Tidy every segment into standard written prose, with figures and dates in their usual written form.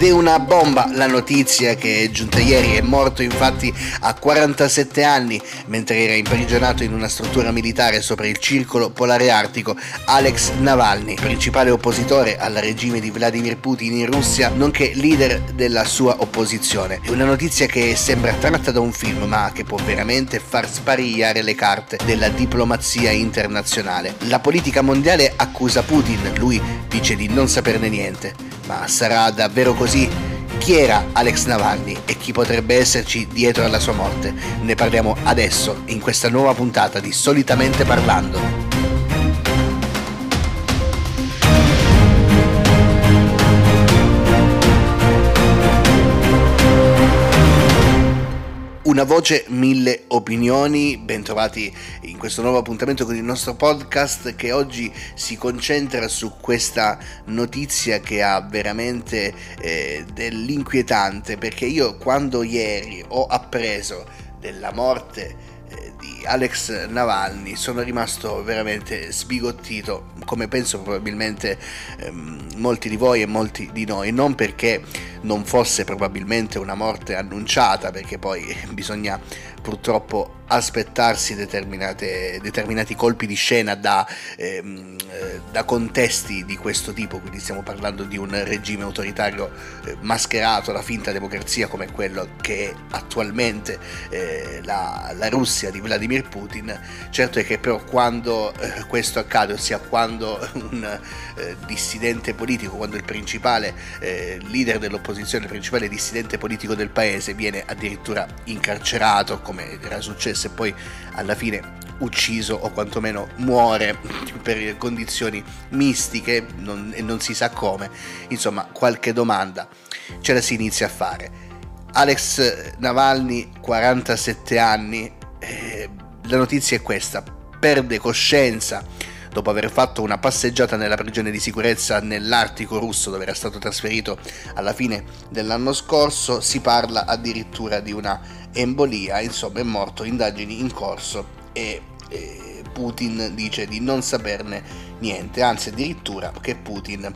è una bomba la notizia che è giunta ieri. È morto infatti a 47 anni mentre era imprigionato in una struttura militare sopra il circolo polare artico Alex Navalny, principale oppositore al regime di Vladimir Putin in Russia, nonché leader della sua opposizione. È una notizia che sembra tratta da un film, ma che può veramente far sparigliare le carte della diplomazia internazionale. La politica mondiale accusa Putin, lui dice di non saperne niente. Ma sarà davvero così? Chi era Alex Navalny e chi potrebbe esserci dietro alla sua morte? Ne parliamo adesso in questa nuova puntata di Solitamente Parlando. Una voce, mille opinioni, bentrovati in questo nuovo appuntamento con il nostro podcast che oggi si concentra su questa notizia che ha veramente dell'inquietante, perché io quando ieri ho appreso della morte di Alex Navalny sono rimasto veramente sbigottito, come penso probabilmente molti di voi e molti di noi, non perché non fosse probabilmente una morte annunciata, perché poi bisogna purtroppo aspettarsi determinati colpi di scena da contesti di questo tipo, quindi stiamo parlando di un regime autoritario mascherato da finta democrazia come quello che è attualmente la Russia di Vladimir Putin. Certo è che però quando questo accade, ossia quando un dissidente politico, quando il principale leader dell'opposizione, il principale dissidente politico del paese viene addirittura incarcerato, come era successo, e poi alla fine ucciso o quantomeno muore per condizioni mistiche e non si sa come, insomma qualche domanda ce la si inizia a fare. Alex Navalny, 47 anni, la notizia è questa: perde coscienza dopo aver fatto una passeggiata nella prigione di sicurezza nell'Artico russo, dove era stato trasferito alla fine dell'anno scorso. Si parla addirittura di una embolia, insomma è morto, indagini in corso e Putin dice di non saperne niente, anzi addirittura che Putin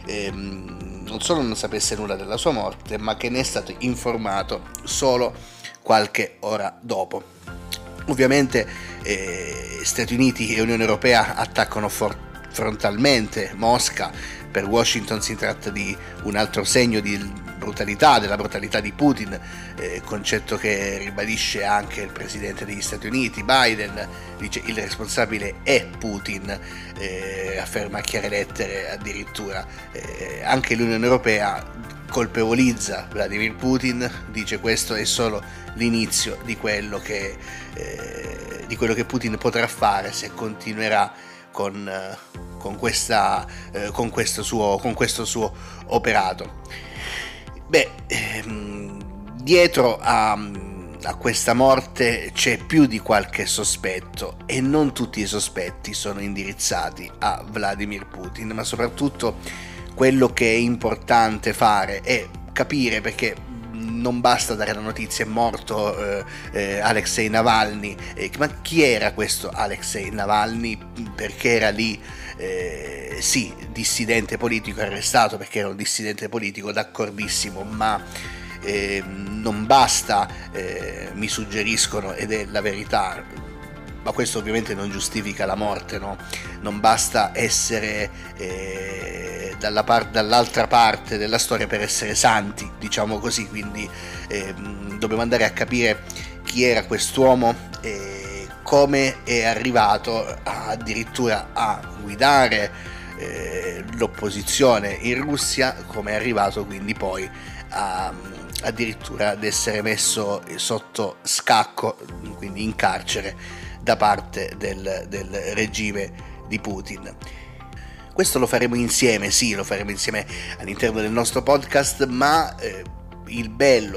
non solo non sapesse nulla della sua morte, ma che ne è stato informato solo qualche ora dopo. Ovviamente Stati Uniti e Unione Europea attaccano frontalmente Mosca. Per Washington si tratta di un altro segno di della brutalità di Putin, concetto che ribadisce anche il presidente degli Stati Uniti, Biden. Dice il responsabile è Putin, afferma a chiare lettere addirittura. Anche l'Unione Europea colpevolizza Vladimir Putin, dice questo è solo l'inizio di quello che Putin potrà fare se continuerà con questo suo operato. Dietro a questa morte c'è più di qualche sospetto, e non tutti i sospetti sono indirizzati a Vladimir Putin, ma soprattutto quello che è importante fare è capire, perché non basta dare la notizia è morto Alexei Navalny, ma chi era questo Alexei Navalny, perché era lì? Sì, dissidente politico, arrestato perché era un dissidente politico, d'accordissimo, ma non basta, mi suggeriscono, ed è la verità, ma questo ovviamente non giustifica la morte, no? Non basta essere dall'altra parte della storia per essere santi, diciamo così, quindi dobbiamo andare a capire chi era quest'uomo e come è arrivato addirittura a guidare l'opposizione in Russia, come è arrivato quindi poi addirittura ad essere messo sotto scacco, quindi in carcere, da parte del regime di Putin. Questo lo faremo insieme, sì, lo faremo insieme all'interno del nostro podcast, ma il bello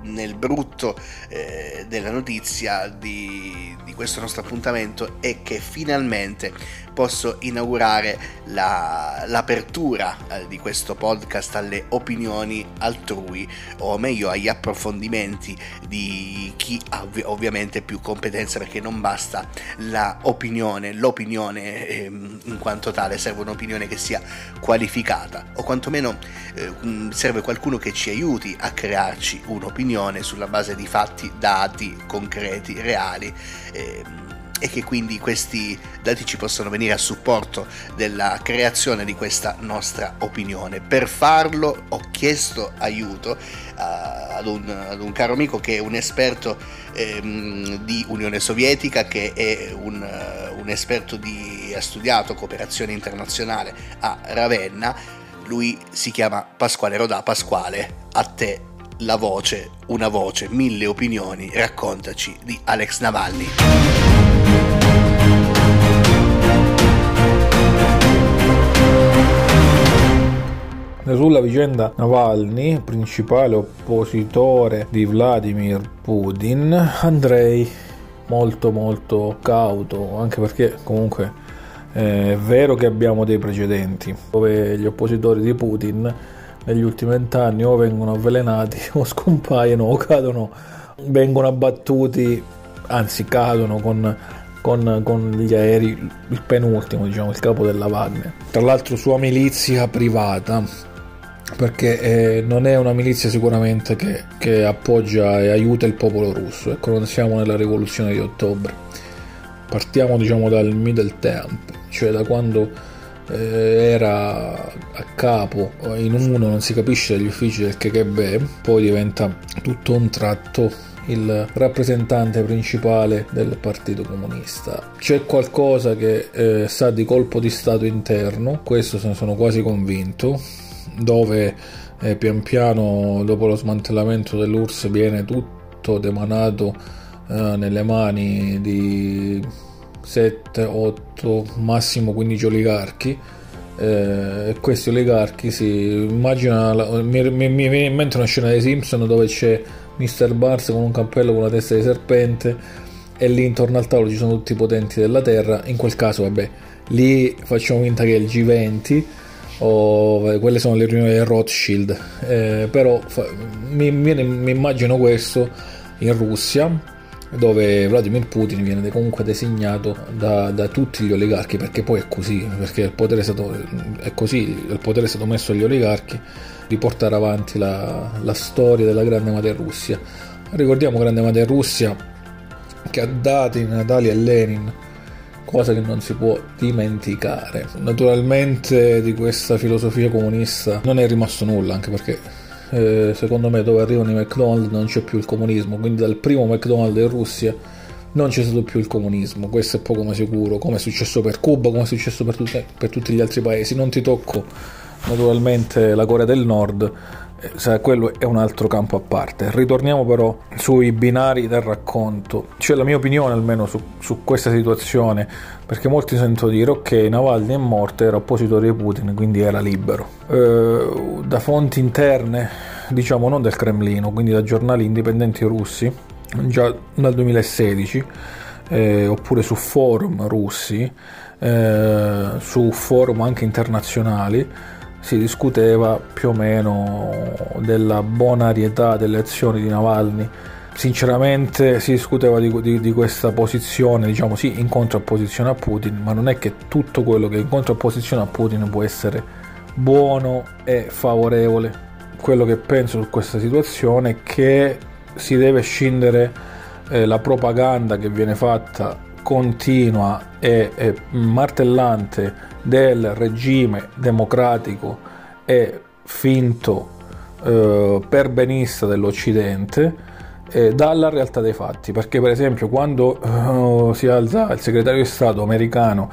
nel brutto della notizia di questo nostro appuntamento è che finalmente posso inaugurare l'apertura di questo podcast alle opinioni altrui, o meglio agli approfondimenti di chi ha ovviamente più competenza, perché non basta l'opinione in quanto tale, serve un'opinione che sia qualificata, o quantomeno serve qualcuno che ci aiuti a crearci un'opinione sulla base di fatti, dati concreti, reali, e che quindi questi dati ci possono venire a supporto della creazione di questa nostra opinione. Per farlo ho chiesto aiuto ad un caro amico che è un esperto di Unione Sovietica, che è un esperto ha studiato cooperazione internazionale a Ravenna. Lui si chiama Pasquale Rodà. Pasquale, a te la voce, una voce, 1000 opinioni, raccontaci di Alex Navalny. Sulla vicenda Navalny, principale oppositore di Vladimir Putin, andrei molto cauto, anche perché comunque è vero che abbiamo dei precedenti dove gli oppositori di Putin negli ultimi 20 anni o vengono avvelenati o scompaiono o cadono, vengono abbattuti, anzi cadono con gli aerei, il penultimo, diciamo, il capo della Wagner, tra l'altro sua milizia privata, perché non è una milizia sicuramente che appoggia e aiuta il popolo russo. Ecco, non siamo nella rivoluzione di ottobre, partiamo diciamo dal middle temp, cioè da quando era a capo in uno, non si capisce, degli uffici del KGB, poi diventa tutto un tratto il rappresentante principale del Partito Comunista. C'è qualcosa che sa di colpo di stato interno, questo ne sono quasi convinto, dove pian piano dopo lo smantellamento dell'URSS viene tutto demanato nelle mani di 7, 8, massimo 15 oligarchi. Questi oligarchi si immagina, mi viene in mente una scena dei Simpson dove c'è Mr. Barnes con un cappello con la testa di serpente e lì intorno al tavolo ci sono tutti i potenti della terra. In quel caso vabbè, lì facciamo finta che è il G20 o quelle sono le riunioni del Rothschild, però mi immagino questo in Russia, dove Vladimir Putin viene comunque designato da tutti gli oligarchi, perché poi è così, perché il potere è stato messo agli oligarchi di portare avanti la storia della Grande Madre Russia. Ricordiamo Grande Madre Russia che ha dato i Natali a Lenin, cosa che non si può dimenticare. Naturalmente di questa filosofia comunista non è rimasto nulla, anche perché secondo me dove arrivano i McDonald's non c'è più il comunismo, quindi dal primo McDonald's in Russia non c'è stato più il comunismo, questo è poco ma sicuro, come è successo per Cuba, come è successo per tutti gli altri paesi. Non ti tocco naturalmente la Corea del Nord, quello è un altro campo a parte. Ritorniamo però sui binari del racconto. C'è la mia opinione almeno su questa situazione, perché molti sento dire ok, Navalny è morto, era oppositore di Putin, quindi era libero. Da fonti interne, diciamo non del Cremlino, quindi da giornali indipendenti russi, già dal 2016, oppure su forum russi, su forum anche internazionali, si discuteva più o meno della bonarietà delle azioni di Navalny. Sinceramente si discuteva di questa posizione, diciamo sì, in contrapposizione a Putin, ma non è che tutto quello che è in contrapposizione a Putin può essere buono e favorevole. Quello che penso su questa situazione è che si deve scindere la propaganda che viene fatta continua e martellante del regime democratico e finto perbenista dell'Occidente dalla realtà dei fatti, perché per esempio quando si alza il segretario di Stato americano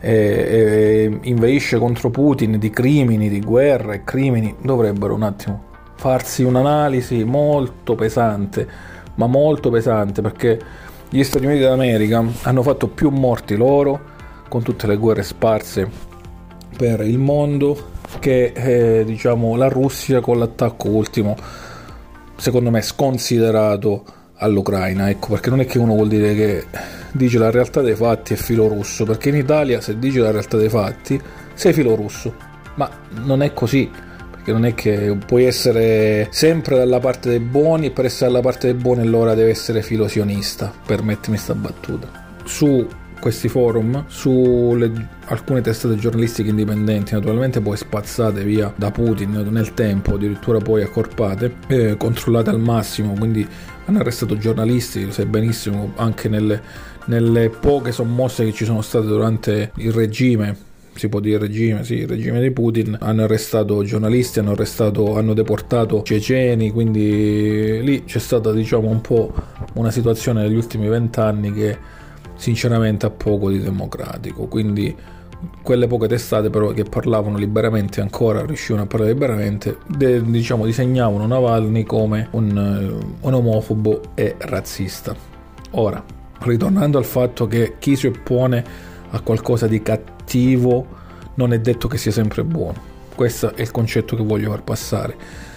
e inveisce contro Putin di crimini di guerra e crimini, dovrebbero un attimo farsi un'analisi molto pesante, ma molto pesante, perché gli Stati Uniti d'America hanno fatto più morti loro con tutte le guerre sparse per il mondo che diciamo la Russia con l'attacco ultimo secondo me sconsiderato all'Ucraina, ecco, perché non è che uno vuol dire che dice la realtà dei fatti è filorusso, perché in Italia se dici la realtà dei fatti sei filorusso, ma non è così, perché non è che puoi essere sempre dalla parte dei buoni e per essere dalla parte dei buoni allora deve essere filosionista, permettimi sta battuta. Su questi forum, su alcune testate giornalistiche indipendenti, naturalmente poi spazzate via da Putin nel tempo, addirittura poi accorpate, controllate al massimo, quindi hanno arrestato giornalisti, lo sai benissimo, anche nelle poche sommosse che ci sono state durante il regime, si può dire regime, sì, il regime di Putin, hanno arrestato giornalisti, hanno deportato ceceni, quindi lì c'è stata, diciamo, un po' una situazione negli ultimi 20 anni che sinceramente ha poco di democratico, quindi quelle poche testate però che parlavano liberamente, ancora riuscivano a parlare liberamente, diciamo disegnavano Navalny come un omofobo e razzista. Ora, ritornando al fatto che chi si oppone a qualcosa di cattivo non è detto che sia sempre buono, questo è il concetto che voglio far passare,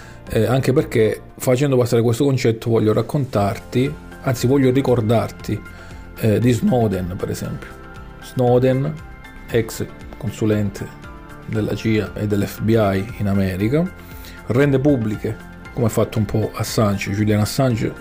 anche perché facendo passare questo concetto voglio raccontarti, anzi voglio ricordarti di Snowden, per esempio. Snowden, ex consulente della CIA e dell'FBI in America, rende pubbliche, come ha fatto un po' Assange, Julian Assange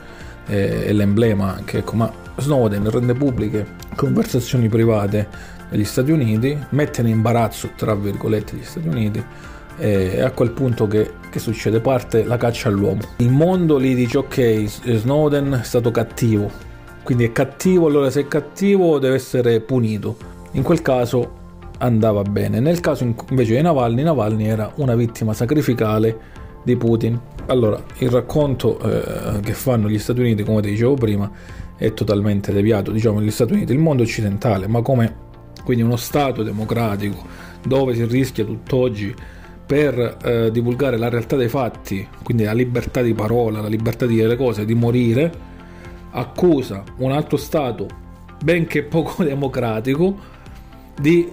è l'emblema anche, ecco, ma Snowden rende pubbliche conversazioni private degli Stati Uniti, mette in imbarazzo tra virgolette gli Stati Uniti, e a quel punto che succede? Parte la caccia all'uomo. Il mondo lì dice ok, Snowden è stato cattivo, quindi è cattivo, allora se è cattivo deve essere punito. In quel caso andava bene. Nel caso invece di Navalny era una vittima sacrificale di Putin. Allora, il racconto che fanno gli Stati Uniti, come ti dicevo prima, è totalmente deviato. Diciamo gli Stati Uniti, il mondo occidentale, ma come quindi uno Stato democratico dove si rischia tutt'oggi per divulgare la realtà dei fatti, quindi la libertà di parola, la libertà di dire le cose, di morire, accusa un altro Stato, benché poco democratico, di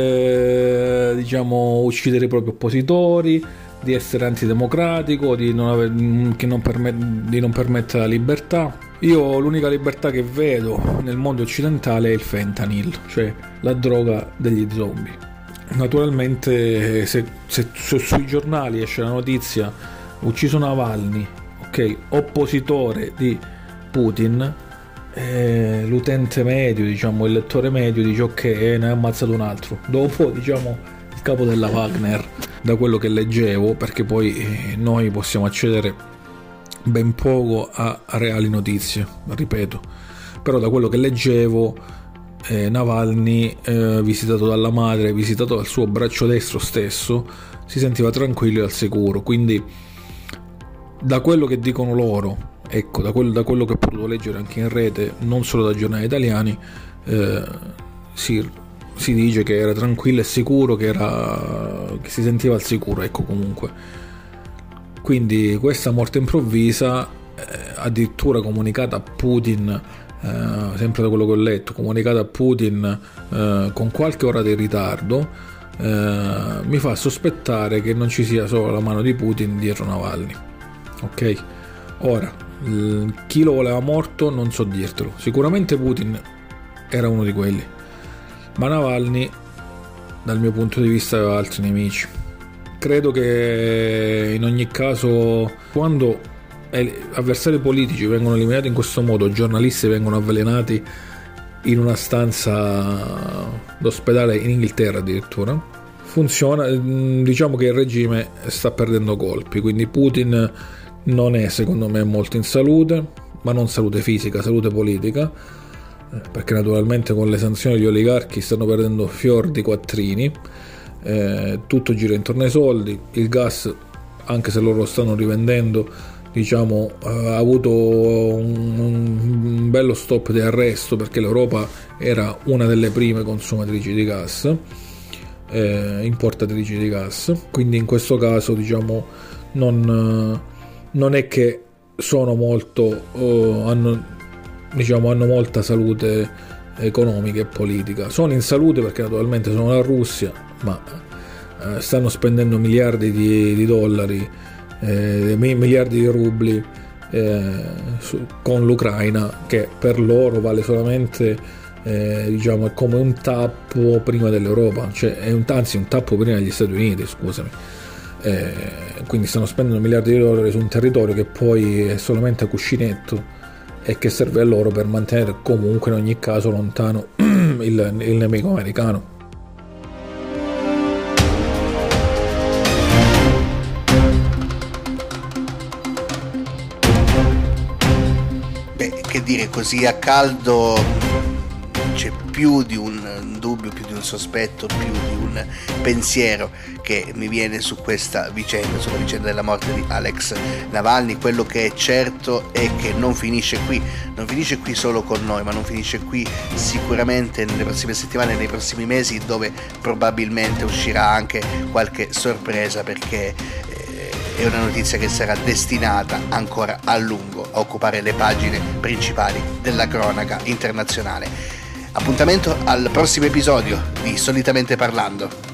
diciamo uccidere i propri oppositori, di essere antidemocratico, di non permettere la libertà. Io l'unica libertà che vedo nel mondo occidentale è il fentanyl, cioè la droga degli zombie. Naturalmente se sui giornali esce la notizia ucciso Navalny, ok, oppositore di Putin, l'utente medio, diciamo il lettore medio dice ok, ne ha ammazzato un altro. Dopo, diciamo, il capo della Wagner, da quello che leggevo, perché poi noi possiamo accedere ben poco a reali notizie, ripeto, però da quello che leggevo Navalny, visitato dalla madre, visitato dal suo braccio destro stesso, si sentiva tranquillo e al sicuro. Quindi da quello che dicono loro, ecco, da quello che ho potuto leggere anche in rete, non solo da giornali italiani, si dice che era tranquillo e sicuro, che si sentiva al sicuro, ecco. Comunque, quindi questa morte improvvisa, addirittura comunicata a Putin, sempre da quello che ho letto, comunicata a Putin con qualche ora di ritardo, mi fa sospettare che non ci sia solo la mano di Putin dietro Navalny. Ok, ora chi lo voleva morto non so dirtelo, sicuramente Putin era uno di quelli, ma Navalny dal mio punto di vista aveva altri nemici. Credo che in ogni caso, quando avversari politici vengono eliminati in questo modo, giornalisti vengono avvelenati in una stanza d'ospedale in Inghilterra addirittura, funziona, diciamo che il regime sta perdendo colpi. Quindi Putin non è, secondo me, molto in salute, ma non salute fisica, salute politica, perché naturalmente con le sanzioni gli oligarchi stanno perdendo fior di quattrini, tutto gira intorno ai soldi. Il gas, anche se loro lo stanno rivendendo, diciamo, ha avuto un bello stop di arresto, perché l'Europa era una delle prime consumatrici di gas, importatrici di gas, quindi in questo caso, diciamo, non è che sono molto hanno molta salute economica e politica. Sono in salute perché naturalmente sono la Russia, ma stanno spendendo miliardi di dollari, miliardi di rubli con l'Ucraina, che per loro vale solamente diciamo, è come un tappo prima dell'Europa, cioè anzi un tappo prima degli Stati Uniti, scusami. Quindi stanno spendendo miliardi di dollari su un territorio che poi è solamente cuscinetto e che serve a loro per mantenere comunque in ogni caso lontano il nemico americano. Beh, che dire, così a caldo c'è più di un dubbio, più di un sospetto, più di un pensiero che mi viene su questa vicenda, sulla vicenda della morte di Alex Navalny. Quello che è certo è che non finisce qui solo con noi, ma non finisce qui sicuramente nelle prossime settimane, nei prossimi mesi, dove probabilmente uscirà anche qualche sorpresa, perché è una notizia che sarà destinata ancora a lungo a occupare le pagine principali della cronaca internazionale. Appuntamento al prossimo episodio di Solitamente Parlando.